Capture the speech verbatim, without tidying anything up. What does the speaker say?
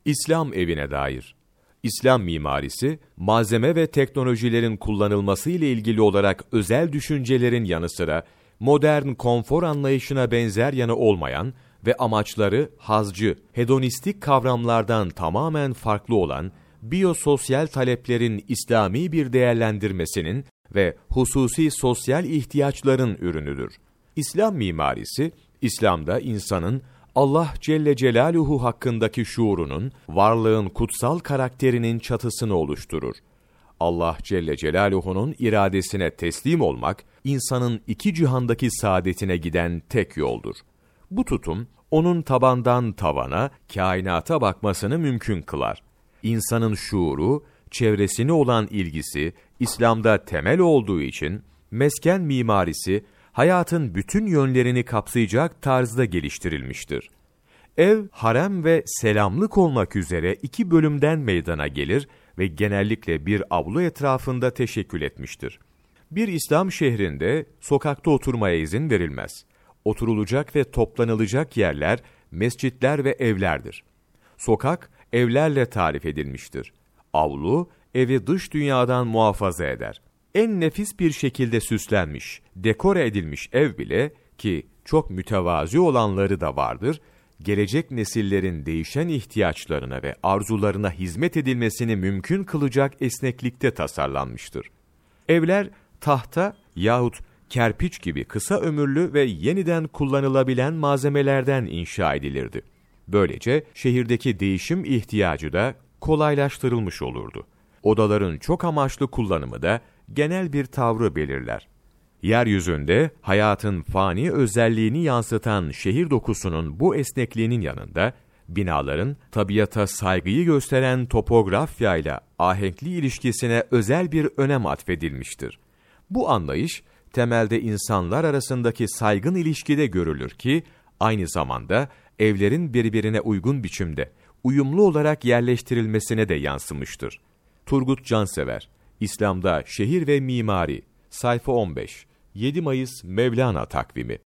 İslam evine dair. İslam mimarisi, malzeme ve teknolojilerin kullanılması ile ilgili olarak özel düşüncelerin yanı sıra, modern konfor anlayışına benzer yanı olmayan ve amaçları hazcı, hedonistik kavramlardan tamamen farklı olan, biyososyal taleplerin İslami bir değerlendirmesinin ve hususi sosyal ihtiyaçların ürünüdür. İslam mimarisi, İslam'da insanın Allah Celle Celaluhu hakkındaki şuurunun, varlığın kutsal karakterinin çatısını oluşturur. Allah Celle Celaluhu'nun iradesine teslim olmak, insanın iki cihandaki saadetine giden tek yoldur. Bu tutum, onun tabandan tavana, kainata bakmasını mümkün kılar. İnsanın şuuru, çevresine olan ilgisi, İslam'da temel olduğu için, mesken mimarisi, hayatın bütün yönlerini kapsayacak tarzda geliştirilmiştir. Ev, harem ve selamlık olmak üzere iki bölümden meydana gelir ve genellikle bir avlu etrafında teşekkül etmiştir. Bir İslam şehrinde sokakta oturmaya izin verilmez. Oturulacak ve toplanılacak yerler, mescitler ve evlerdir. Sokak, evlerle tarif edilmiştir. Avlu, evi dış dünyadan muhafaza eder. En nefis bir şekilde süslenmiş, dekore edilmiş ev bile, ki çok mütevazi olanları da vardır, gelecek nesillerin değişen ihtiyaçlarına ve arzularına hizmet edilmesini mümkün kılacak esneklikte tasarlanmıştır. Evler, tahta yahut kerpiç gibi kısa ömürlü ve yeniden kullanılabilen malzemelerden inşa edilirdi. Böylece şehirdeki değişim ihtiyacı da kolaylaştırılmış olurdu. Odaların çok amaçlı kullanımı da genel bir tavrı belirler. Yeryüzünde hayatın fani özelliğini yansıtan şehir dokusunun bu esnekliğinin yanında, binaların tabiata saygıyı gösteren topografyayla ahenkli ilişkisine özel bir önem atfedilmiştir. Bu anlayış, temelde insanlar arasındaki saygın ilişkide görülür ki, aynı zamanda evlerin birbirine uygun biçimde, uyumlu olarak yerleştirilmesine de yansımıştır. Turgut Cansever, İslam'da Şehir ve Mimari, sayfa on beş, yedi Mayıs Mevlana takvimi.